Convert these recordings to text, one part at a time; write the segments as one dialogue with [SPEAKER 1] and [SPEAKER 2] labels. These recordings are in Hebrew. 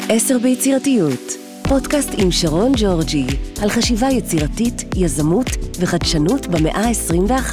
[SPEAKER 1] 10 ביצירתיות, פודקאסט עם שרון ג'ורג'י, על חשיבה יצירתית, יזמות וחדשנות במאה ה-21.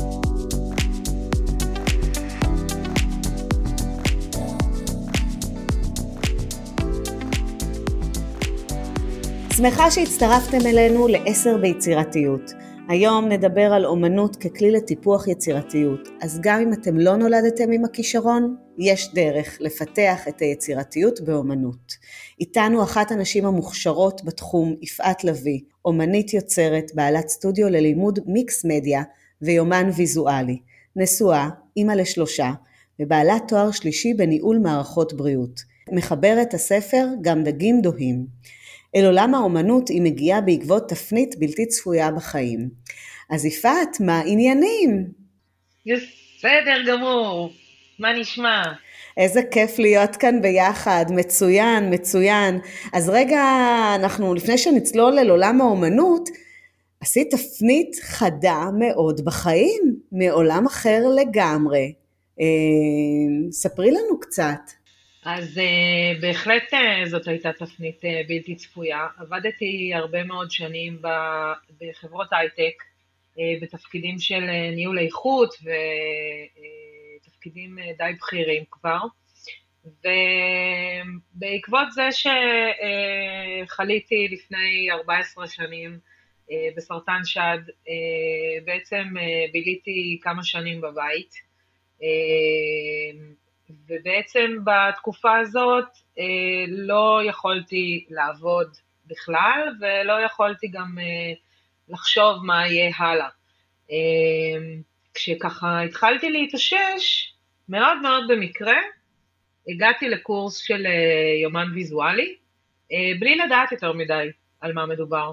[SPEAKER 2] שמחה שהצטרפתם אלינו ל10 ביצירתיות. היום נדבר על אומנות ככלי לטיפוח יצירתיות. אז גם אם אתם לא נולדתם עם הכישרון, יש דרך לפתח את היצירתיות באומנות. איתנו אחת הנשים המוכשרות בתחום, יפעת לוי, אומנית יוצרת, בעלת סטודיו ללימוד מיקס מדיה ויומן ויזואלי. נשואה, אמא ל3, ובעלת תואר שלישי בניהול מערכות בריאות. מחברת הספר גם דגים דוהים. אל עולם האומנות היא מגיעה בעקבות תפנית בלתי צפויה בחיים. אז יפעת, מה העניינים?
[SPEAKER 3] בסדר גמור, מה נשמע?
[SPEAKER 2] איזה כיף להיות כאן ביחד, מצוין, מצוין. אז רגע, אנחנו לפני שנצלול אל עולם האומנות, עשית תפנית חדה מאוד בחיים, מעולם אחר לגמרי. ספרי לנו קצת.
[SPEAKER 3] אז בהחלט זאת הייתה תפנית בלתי צפויה. עבדתי הרבה מאוד שנים בחברות הייטק, בתפקידים של ניהול איכות ותפקידים די בכירים כבר. ובעקבות זה שחליתי לפני 14 שנים בסרטן שד, בעצם ביליתי כמה שנים בבית. ובעצם בתקופה הזאת לא יכולתי לעבוד בכלל, ולא יכולתי גם לחשוב מה יהיה הלאה. כשככה התחלתי להתאושש, מאוד מאוד במקרה, הגעתי לקורס של יומן ויזואלי, בלי לדעת יותר מדי על מה מדובר.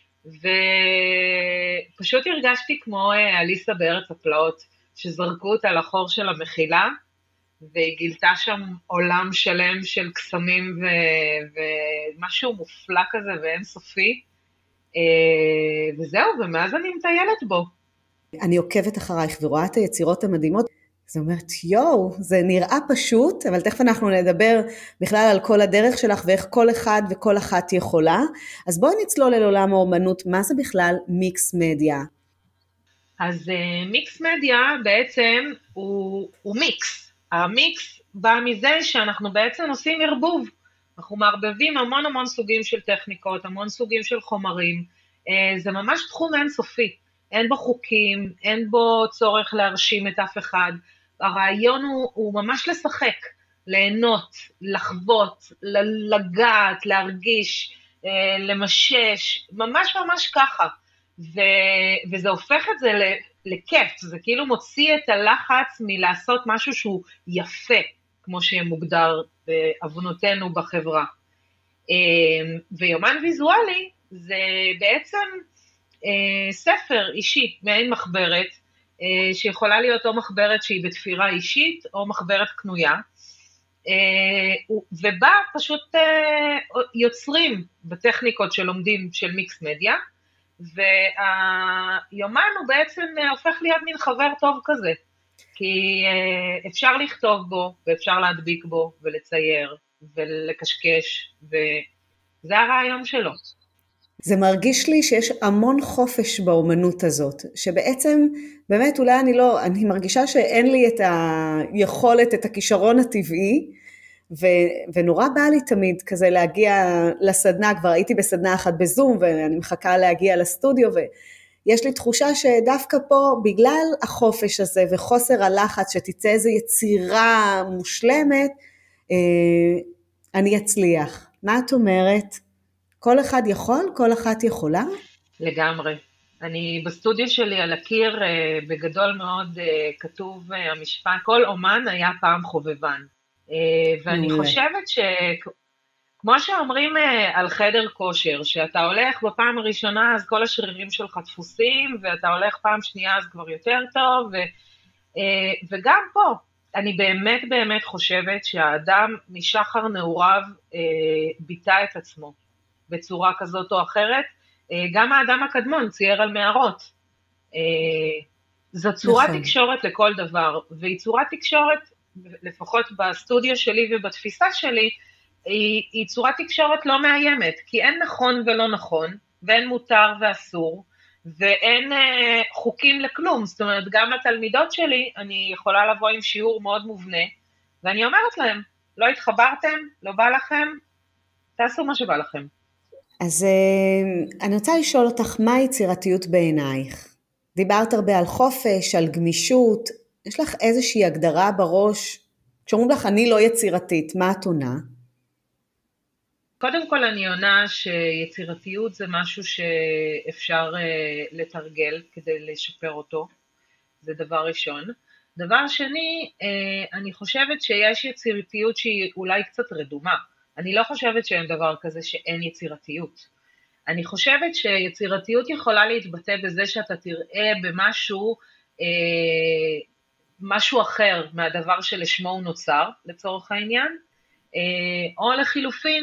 [SPEAKER 3] ופשוט הרגשתי כמו אליסה בארץ הפלאות, שזרקו אותה לחור של המחילה, והיא גילתה שם עולם שלם של קסמים ומשהו מופלא כזה ואינסופי, וזהו, ומאז אני מטיילת בו.
[SPEAKER 2] אני עוקבת אחרייך ורואה את היצירות המדהימות, זאת אומרת, יואו, זה נראה פשוט, אבל תכף אנחנו נדבר בכלל על כל הדרך שלך ואיך כל אחד וכל אחת יכולה. אז בואי נצלול אל עולם האומנות, מה זה בכלל מיקס מדיה?
[SPEAKER 3] אז מיקס מדיה בעצם הוא מיקס. המיקס בא מזה שאנחנו בעצם עושים ערבוב. אנחנו מערבבים המון המון סוגים של טכניקות, המון סוגים של חומרים. זה ממש תחום אינסופי. אין בו חוקים, אין בו צורך להרשים את אף אחד. הרעיון הוא ממש לשחק, ליהנות, לחוות, לגעת, להרגיש, למשש, ממש ממש ככה. וזה הופך את זה לכיף, זה כאילו מוציא את הלחץ מלעשות משהו שהוא יפה, כמו שמוגדר בעוונותינו בחברה. ויומן ויזואלי זה בעצם ספר אישי, מעין מחברת, שיכולה להיות או מחברת שהיא בתפירה אישית, או מחברת קנויה, ובה פשוט יוצרים בטכניקות שלומדים של מיקס מדיה, והיומן הוא בעצם הופך להיות מין חבר טוב כזה, כי אפשר לכתוב בו, ואפשר להדביק בו, ולצייר, ולקשקש, וזה הרעיון שלו.
[SPEAKER 2] זה מרגיש לי שיש המון חופש באומנות הזאת, שבעצם באמת אולי אני מרגישה שאין לי את היכולת, את הכישרון הטבעי, ונורא בא לי תמיד כזה להגיע לסדנה, כבר הייתי בסדנה אחת בזום, ואני מחכה להגיע לסטודיו, ויש לי תחושה שדווקא פה, בגלל החופש הזה, וחוסר הלחץ, שתצא איזו יצירה מושלמת, אני אצליח. מה את אומרת? כל אחד יכול? כל אחת יכולה?
[SPEAKER 3] לגמרי. אני בסטודיו שלי על הקיר, בגדול מאוד כתוב המשפט, כל אומן היה פעם חובבן. ואני חושבת שכמו שאומרים על חדר כושר, שאתה הולך בפעם הראשונה אז כל השרירים שלך דפוסים, ואתה הולך פעם שנייה אז כבר יותר טוב, וגם פה, אני באמת באמת חושבת שהאדם משחר נעוריו ביטא את עצמו בצורה כזאת או אחרת, גם האדם הקדמון צייר על מערות. זו צורת תקשורת לכל דבר, והיא צורת תקשורת לפחות בסטודיו שלי ובתפיסה שלי, היא צורת תקשורת לא מאיימת, כי אין נכון ולא נכון, ואין מותר ואסור, ואין חוקים לכלום. זאת אומרת, גם התלמידות שלי, אני יכולה לבוא עם שיעור מאוד מובנה, ואני אומרת להם, לא התחברתם, לא בא לכם, תעשו מה שבא לכם.
[SPEAKER 2] אז אני רוצה לשאול אותך, מה יצירתיות בעינייך? דיברת הרבה על חופש, על גמישות, יש לך איזושהי הגדרה בראש? כשאומרים לך, אני לא יצירתית, מה את עונה?
[SPEAKER 3] קודם כל אני עונה שיצירתיות זה משהו שאפשר לתרגל כדי לשפר אותו, זה דבר ראשון. דבר שני, אני חושבת שיש יצירתיות שהיא אולי קצת רדומה. אני לא חושבת שאין דבר כזה שאין יצירתיות. אני חושבת שיצירתיות יכולה להתבטא בזה שאתה תראה במשהו, משהו אחר מהדבר שלשמו הוא נוצר, לצורך העניין, או לחילופין,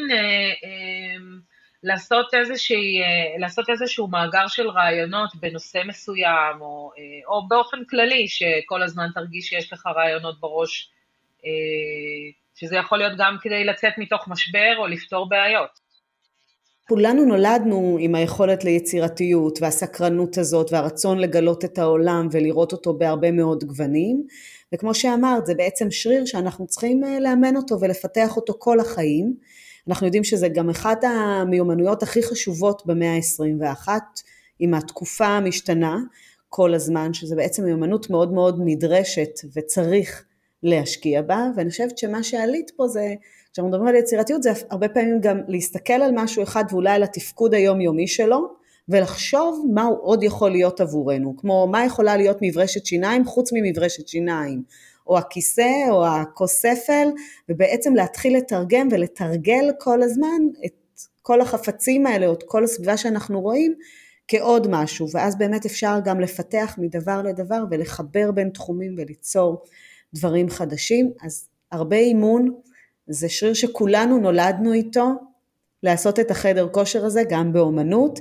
[SPEAKER 3] לעשות איזשהו מאגר של רעיונות בנושא מסוים, או באופן כללי, שכל הזמן תרגיש שיש לך רעיונות בראש, שזה יכול להיות גם כדי לצאת מתוך משבר או לפתור בעיות.
[SPEAKER 2] כולנו נולדנו עם היכולת ליצירתיות והסקרנות הזאת והרצון לגלות את העולם ולראות אותו בהרבה מאוד גוונים, וכמו שאמרת, זה בעצם שריר שאנחנו צריכים לאמן אותו ולפתח אותו כל החיים. אנחנו יודעים שזה גם אחת המיומנויות הכי חשובות במאה ה-21, עם התקופה המשתנה כל הזמן, שזה בעצם מיומנות מאוד מאוד נדרשת וצריך להשקיע בה, ואני חושבת שמה שעלית פה זה, כשאנחנו מדברים על יצירתיות, זה הרבה פעמים גם להסתכל על משהו אחד ואולי על התפקוד היומיומי שלו, ולחשוב מה הוא עוד יכול להיות עבורנו, כמו מה יכולה להיות מברשת שיניים חוץ ממברשת שיניים, או הכיסא או הכוספל, ובעצם להתחיל לתרגם ולתרגל כל הזמן את כל החפצים האלה, או את כל הסביבה שאנחנו רואים, כעוד משהו, ואז באמת אפשר גם לפתח מדבר לדבר, ולחבר בין תחומים וליצור דברים חדשים. אז הרבה אימון, זה שריר שכולנו נולדנו איתו, לעשות את החדר כושר הזה גם באומנות.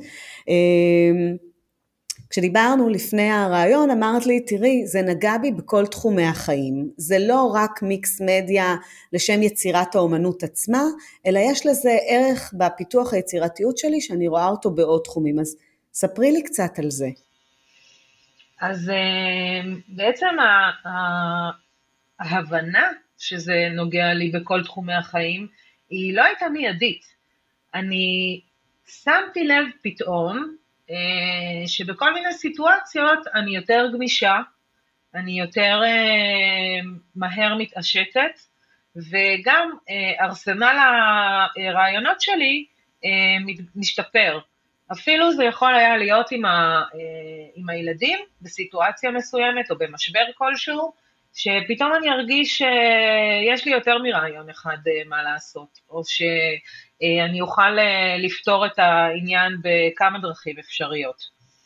[SPEAKER 2] כשדיברנו לפני הרעיון, אמרת לי, תראי, זה נגע בי בכל תחומי החיים, זה לא רק מיקס מדיה לשם יצירת האומנות עצמה, אלא יש לזה ערך בפיתוח היצירתיות שלי, שאני רואה אותו בעוד תחומים, אז ספרי לי קצת על זה.
[SPEAKER 3] אז בעצם ההבנה שזה נוגע לי בכל תחומי החיים, היא לא הייתה מיידית. אני שמתי לב פתאום, שבכל מיני סיטואציות אני יותר גמישה, אני יותר מהר מתעשתת, וגם ארסנל הרעיונות שלי משתפר. אפילו זה יכול היה להיות עם הילדים בסיטואציה מסוימת או במשבר כלשהו, שפתאום אני ארגיש שיש לי יותר מרעיון אחד מה לעשות, או שאני אוכל לפתור את העניין בכמה דרכים אפשריות.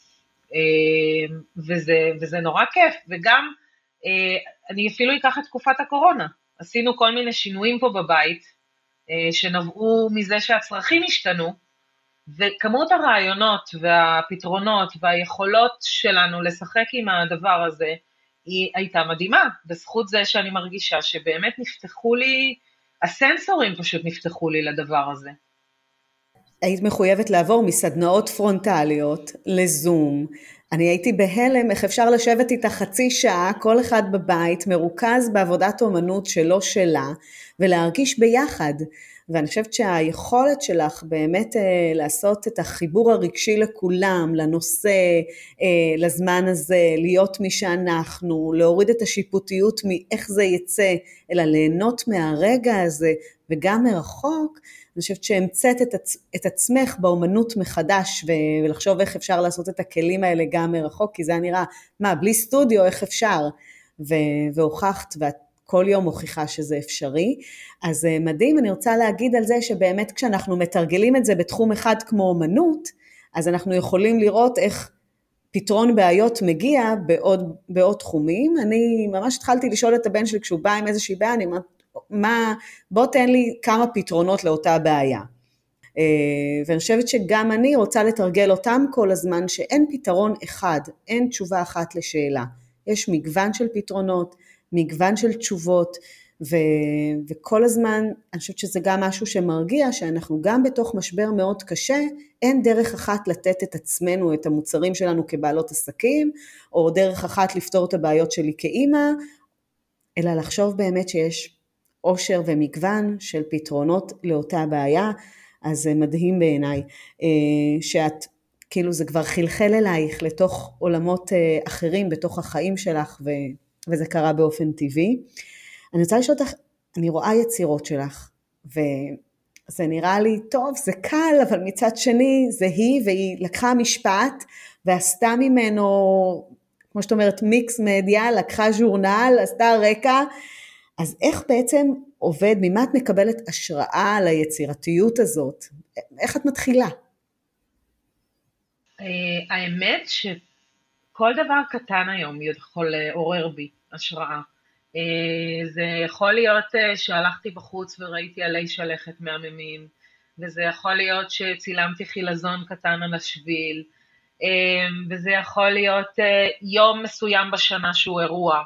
[SPEAKER 3] וזה נורא כיף, וגם אני אפילו אקח את תקופת הקורונה. עשינו כל מיני שינויים פה בבית, שנבעו מזה שהצרכים השתנו, וכמות הרעיונות והפתרונות והיכולות שלנו לשחק עם הדבר הזה, היא הייתה מדהימה, בזכות זה שאני מרגישה שבאמת נפתחו לי, הסנסורים פשוט נפתחו לי לדבר הזה.
[SPEAKER 2] היית מחויבת לעבור מסדנאות פרונטליות לזום, אני הייתי בהלם איך אפשר לשבת איתה חצי שעה, כל אחד בבית, מרוכז בעבודת אומנות שלו שלה, ולהרגיש ביחד, ואני חושבת שהיכולת שלך באמת לעשות את החיבור הרגשי לכולם, לנושא, לזמן הזה, להיות מי שאנחנו, להוריד את השיפוטיות מאיך זה יצא, אלא ליהנות מהרגע הזה, וגם מרחוק, אני חושבת שהמצאת את עצמך באומנות מחדש, ולחשוב איך אפשר לעשות את הכלים האלה גם מרחוק, כי זה נראה, בלי סטודיו איך אפשר, והוכחת, ואת כל יום מוכיחה שזה אפשרי. אז מדהים, אני רוצה להגיד על זה שבאמת כשאנחנו מתרגלים את זה בתחום אחד כמו אומנות, אז אנחנו יכולים לראות איך פתרון בעיות מגיע בעוד תחומים. אני ממש התחלתי לשאול את הבן שלי כשהוא בא עם איזושהי בעיה, אני אומרת, בוא תן לי כמה פתרונות לאותה בעיה. ואני חושבת שגם אני רוצה לתרגל אותם כל הזמן, שאין פתרון אחד, אין תשובה אחת לשאלה. יש מגוון של פתרונות, מגוון של תשובות, וכל הזמן, אני חושבת שזה גם משהו שמרגיע, שאנחנו גם בתוך משבר מאוד קשה, אין דרך אחת לתת את עצמנו, את המוצרים שלנו כבעלות עסקים, או דרך אחת לפתור את הבעיות שלי כאימא, אלא לחשוב באמת שיש עושר ומגוון של פתרונות לאותה בעיה. אז זה מדהים בעיניי, שאת, כאילו זה כבר חלחל אלייך לתוך עולמות אחרים בתוך החיים שלך, וזה קרה באופן טבעי. אני רוצה לשאול אותך, אני רואה יצירות שלך, וזה נראה לי טוב, זה קל, אבל מצד שני זה היא, והיא לקחה משפט, ועשתה ממנו, כמו שאת אומרת, מיקס מדיה, לקחה ז'ורנל, עשתה רקע, אז איך בעצם עובד, ממה את מקבלת השראה על היצירתיות הזאת? איך את מתחילה?
[SPEAKER 3] האמת שכל דבר קטן היום יכול לעורר בי השראה. זה יכול להיות שהלכתי בחוץ וראיתי עלי שלכת מהממים, וזה יכול להיות שצילמתי חילזון קטן על השביל, וזה יכול להיות יום מסוים בשנה שהוא אירוע,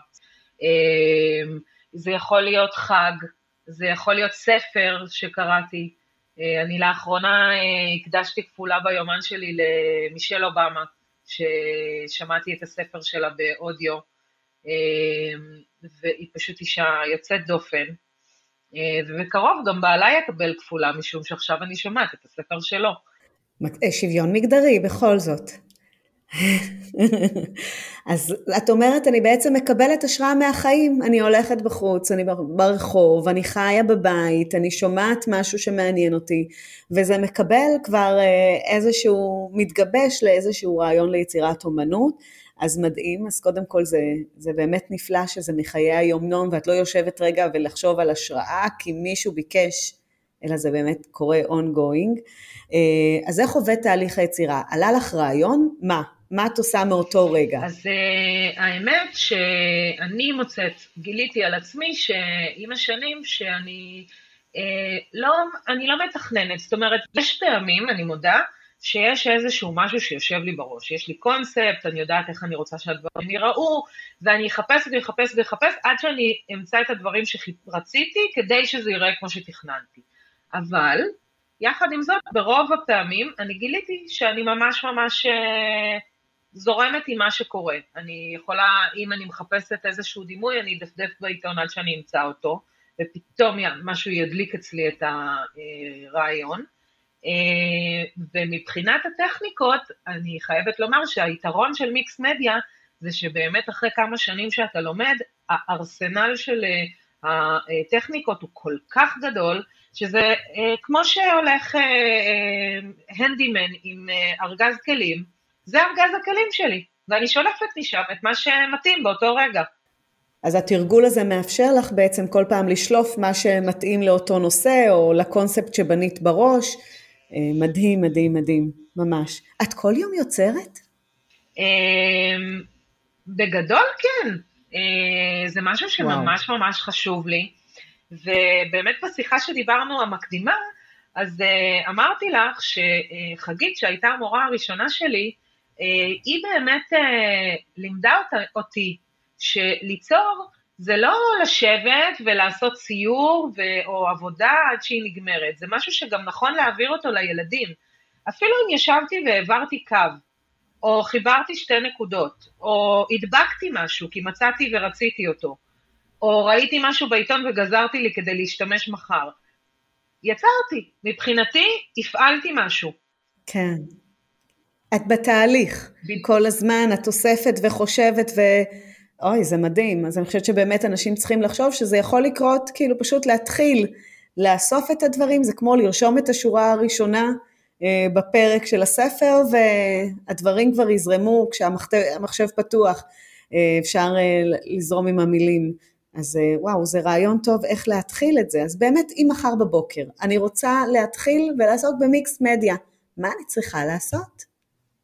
[SPEAKER 3] זה יכול להיות חג, זה יכול להיות ספר שקראתי. אני לאחרונה הקדשתי כפולה ביומן שלי למישל אובמה, ששמעתי את הספר שלה באודיו, והיא פשוט אישה יוצאת דופן, ובקרוב גם בעלה יקבל כפולה, משום שעכשיו אני שומעת את הספר שלו.
[SPEAKER 2] שוויון מגדרי בכל זאת. אז את אומרת, אני בעצם מקבלת השראה מהחיים, אני הולכת בחוץ, אני ברחוב, אני חיה בבית, אני שומעת משהו שמעניין אותי, וזה מקבל כבר איזשהו, מתגבש לאיזשהו רעיון ליצירת אומנות, אז מדהים. אז קודם כל זה באמת נפלא שזה מחיי היום-יום, ואת לא יושבת רגע ולחשוב על השראה, כי מישהו ביקש, אלא זה באמת קורה ongoing. אז איך עובד תהליך היצירה? עלה לך רעיון? מה את עושה מאותו רגע?
[SPEAKER 3] אז האמת שאני גיליתי על עצמי שעם השנים שאני לא מתכננת, זאת אומרת, יש פעמים, אני מודה, שיש איזשהו משהו שיושב לי בראש, יש לי קונספט, אני יודעת איך אני רוצה שהדברים יראו, ואני אחפש עד שאני אמצא את הדברים שרציתי, כדי שזה ייראה כמו שתכננתי. אבל, יחד עם זאת, ברוב הפעמים אני גיליתי שאני ממש זורמת עם מה שקורה. אני יכולה, אם אני מחפשת איזשהו דימוי, אני אדפדף בעיתון עד שאני אמצא אותו, ופתאום משהו ידליק אצלי את הרעיון. ומבחינת הטכניקות, אני חייבת לומר שהיתרון של מיקס מדיה, זה שבאמת אחרי כמה שנים שאתה לומד, הארסנל של הטכניקות הוא כל כך גדול, שזה כמו שהולך הנדימן עם ארגז כלים, זה ארגז הכלים שלי, ואני שולפת משם את מה שמתאים באותו רגע.
[SPEAKER 2] אז התרגול הזה מאפשר לך בעצם כל פעם לשלוף מה שמתאים לאותו נושא, או לקונספט שבנית בראש. מדהים, מדהים, מדהים, ממש. את כל יום יוצרת?
[SPEAKER 3] בגדול כן, זה משהו שממש ממש חשוב לי, ובאמת בשיחה שדיברנו המקדימה, אז אמרתי לך שחגית שהייתה המורה הראשונה שלי, היא באמת לימדה אותי שליצור זה לא לשבת ולעשות ציור או עבודה עד שהיא נגמרת, זה משהו שגם נכון להעביר אותו לילדים. אפילו אם ישבתי והעברתי קו, או חיברתי שתי נקודות, או הדבקתי משהו כי מצאתי ורציתי אותו, או ראיתי משהו בעיתון וגזרתי לי כדי להשתמש מחר, יצרתי, מבחינתי הפעלתי משהו.
[SPEAKER 2] כן. את בתהליך, כל הזמן את אוספת וחושבת אוי, זה מדהים. אז אני חושבת שבאמת אנשים צריכים לחשוב שזה יכול לקרות, כאילו פשוט להתחיל לאסוף את הדברים, זה כמו לרשום את השורה הראשונה בפרק של הספר, והדברים כבר יזרמו כשהמחשב פתוח, אפשר לזרום עם המילים. אז וואו, זה רעיון טוב איך להתחיל את זה. אז באמת, אם מחר בבוקר אני רוצה להתחיל ולעסוק במיקס מדיה, מה אני צריכה לעשות?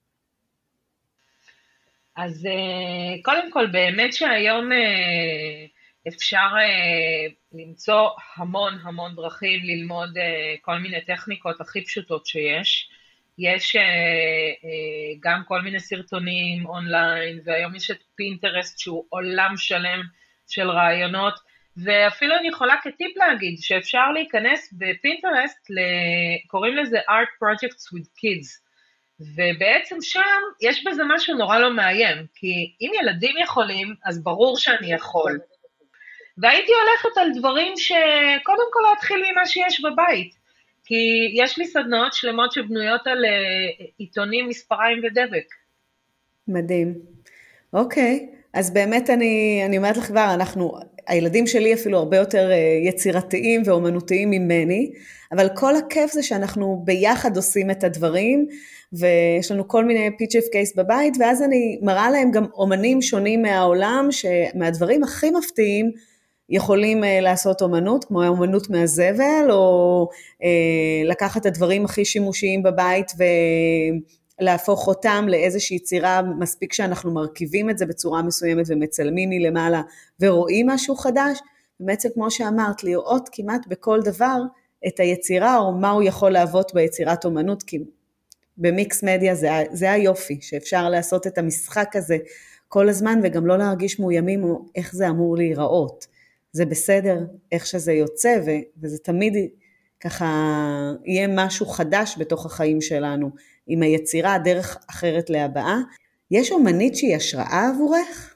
[SPEAKER 3] אז קודם כל, באמת שהיום אפשר למצוא המון דרכים ללמוד כל מיני טכניקות הכי פשוטות שיש. יש גם כל מיני סרטונים אונליין, והיום יש את פינטרסט שהוא עולם שלם של רעיונות, ואפילו אני יכולה כטיפ להגיד, שאפשר להיכנס בפינטרסט, קוראים לזה Art Projects with Kids, ובעצם שם יש בזה משהו נורא לא מאיים, כי אם ילדים יכולים, אז ברור שאני יכול. והייתי הולכת על דברים שקודם כל להתחיל ממה שיש בבית, כי יש לי סדנאות שלמות שבנויות על עיתונים, מספריים ודבק.
[SPEAKER 2] מדהים. אוקיי, אז באמת אני אומרת לך כבר, הילדים שלי אפילו הרבה יותר יצירתיים ואומנותיים ממני, אבל כל הכיף זה שאנחנו ביחד עושים את הדברים, ויש לנו כל מיני pitch of case בבית, ואז אני מראה להם גם אומנים שונים מהעולם, שמהדברים הכי מפתיעים, יכולים לעשות אומנות, כמו האומנות מהזבל, או לקחת את הדברים הכי שימושיים בבית, ולהפוך אותם לאיזושהי יצירה, מספיק שאנחנו מרכיבים את זה בצורה מסוימת, ומצלמים מלמעלה, ורואים משהו חדש, ובעצם כמו שאמרת, לראות כמעט בכל דבר, את היצירה, או מה הוא יכול להוות ביצירת אומנות, כי במיקס מדיה זה היופי, שאפשר לעשות את המשחק הזה כל הזמן, וגם לא להרגיש מאוימים, או איך זה אמור להיראות. זה בסדר איך שזה יוצא, וזה תמיד ככה יהיה משהו חדש בתוך החיים שלנו, עם היצירה, דרך אחרת להבאה. יש אומנית שהיא השראה עבורך?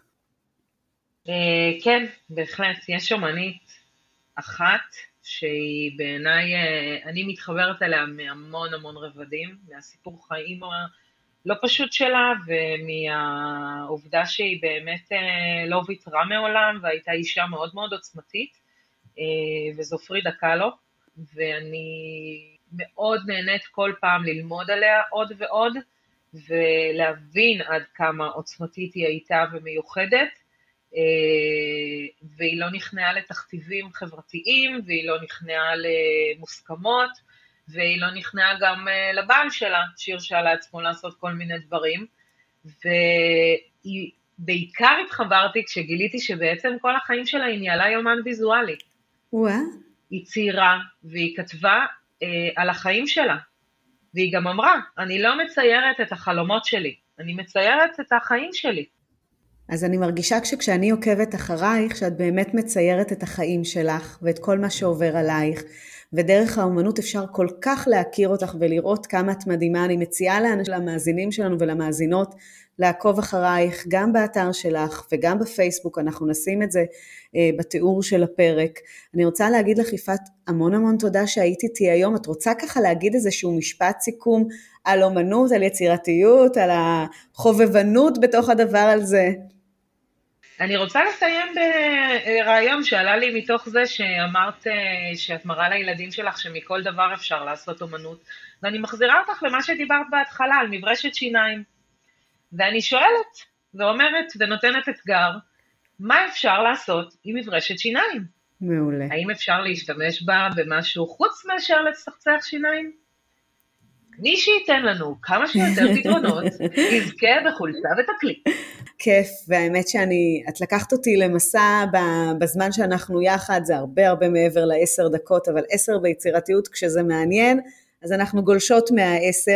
[SPEAKER 3] כן, בהחלט, יש אומנית אחת, שהיא בעיניי, אני מתחברת אליה מהמון המון רבדים, מהסיפור חיים לא פשוט שלה, ומהעובדה שהיא באמת לא ויתרה מעולם, והייתה אישה מאוד מאוד עוצמתית, וזו פרידה קאלו, ואני מאוד נהנית כל פעם ללמוד עליה עוד ועוד, ולהבין עד כמה עוצמתית היא הייתה ומיוחדת, והיא לא נכנעה לתכתיבים חברתיים, והיא לא נכנעה למוסכמות, והיא לא נכנעה גם לבעל שלה, שהרשה לעצמו לעשות כל מיני דברים, ובעיקר התחברתי כשגיליתי שבעצם כל החיים שלה היא ניהלה יומן ויזואלי. היא ציירה, והיא כתבה על החיים שלה, והיא גם אמרה, אני לא מציירת את החלומות שלי, אני מציירת את החיים שלי.
[SPEAKER 2] אז אני מרגישה כשאני עוקבת אחרייך, שאת באמת מציירת את החיים שלך, ואת כל מה שעובר עלייך, ודרך האומנות אפשר כל כך להכיר אותך, ולראות כמה את מדהימה. אני מציעה למאזינים שלנו ולמאזינות, לעקוב אחרייך, גם באתר שלך, וגם בפייסבוק, אנחנו נשים את זה בתיאור של הפרק. אני רוצה להגיד לך, יפעת, המון המון תודה שהיית איתי היום. את רוצה ככה להגיד איזשהו משפט סיכום, על אומנות, על יצירתיות, על החובבנות בתוך הדבר הזה?
[SPEAKER 3] אני רוצה לסיים ברעיון שעלה לי מתוך זה שאמרת שאת מראה לילדים שלך שמכל דבר אפשר לעשות אומנות, ואני מחזירה אותך למה שדיברת בהתחלה על מברשת שיניים, ואני שואלת ואומרת ונותנת אתגר, מה אפשר לעשות עם מברשת שיניים?
[SPEAKER 2] מעולה.
[SPEAKER 3] האם אפשר להשתמש בה במשהו חוץ מאשר לצחצח שיניים? מי שייתן לנו כמה שיותר פתרונות, יזכה בחולצה ותקליט.
[SPEAKER 2] כיף, והאמת את לקחת אותי למסע בזמן שאנחנו יחד, זה הרבה הרבה מעבר ל10 דקות, אבל 10 ביצירתיות כשזה מעניין, אז אנחנו גולשות מה10,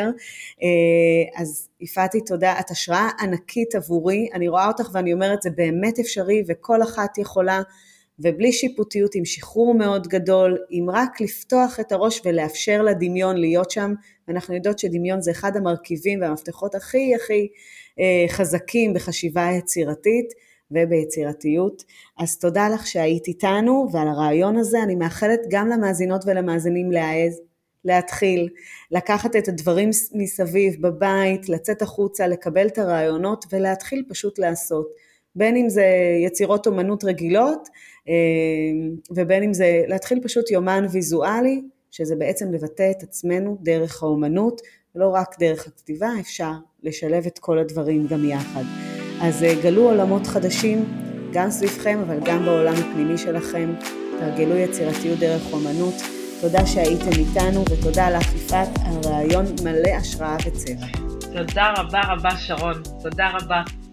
[SPEAKER 2] אז יפעתי תודה, את השראה ענקית עבורי, אני רואה אותך ואני אומרת, זה באמת אפשרי, וכל אחת יכולה, ובלי שיפוטיות, עם שחרור מאוד גדול, עם רק לפתוח את הראש ולאפשר לדמיון להיות שם, ואנחנו יודעות שדמיון זה אחד המרכיבים והמפתחות הכי חזקים בחשיבה היצירתית וביצירתיות. אז תודה לך שהיית איתנו, ועל הרעיון הזה אני מאחלת גם למאזינות ולמאזינים להעז, להתחיל, לקחת את הדברים מסביב בבית, לצאת החוצה, לקבל את הרעיונות ולהתחיל פשוט לעשות. בין אם זה יצירות אומנות רגילות, ובין אם זה להתחיל פשוט יומן ויזואלי, שזה בעצם לבטא את עצמנו דרך האומנות, ולא רק דרך הכתיבה, אפשר לשלב את כל הדברים גם יחד. אז גלו עולמות חדשים, גם סביבכם, אבל גם בעולם הפנימי שלכם, תרגלו יצירתיות דרך אומנות. תודה שהייתם איתנו, ותודה לך יפעת, על רעיון מלא השראה וצבע.
[SPEAKER 3] תודה רבה רבה שרון, תודה רבה.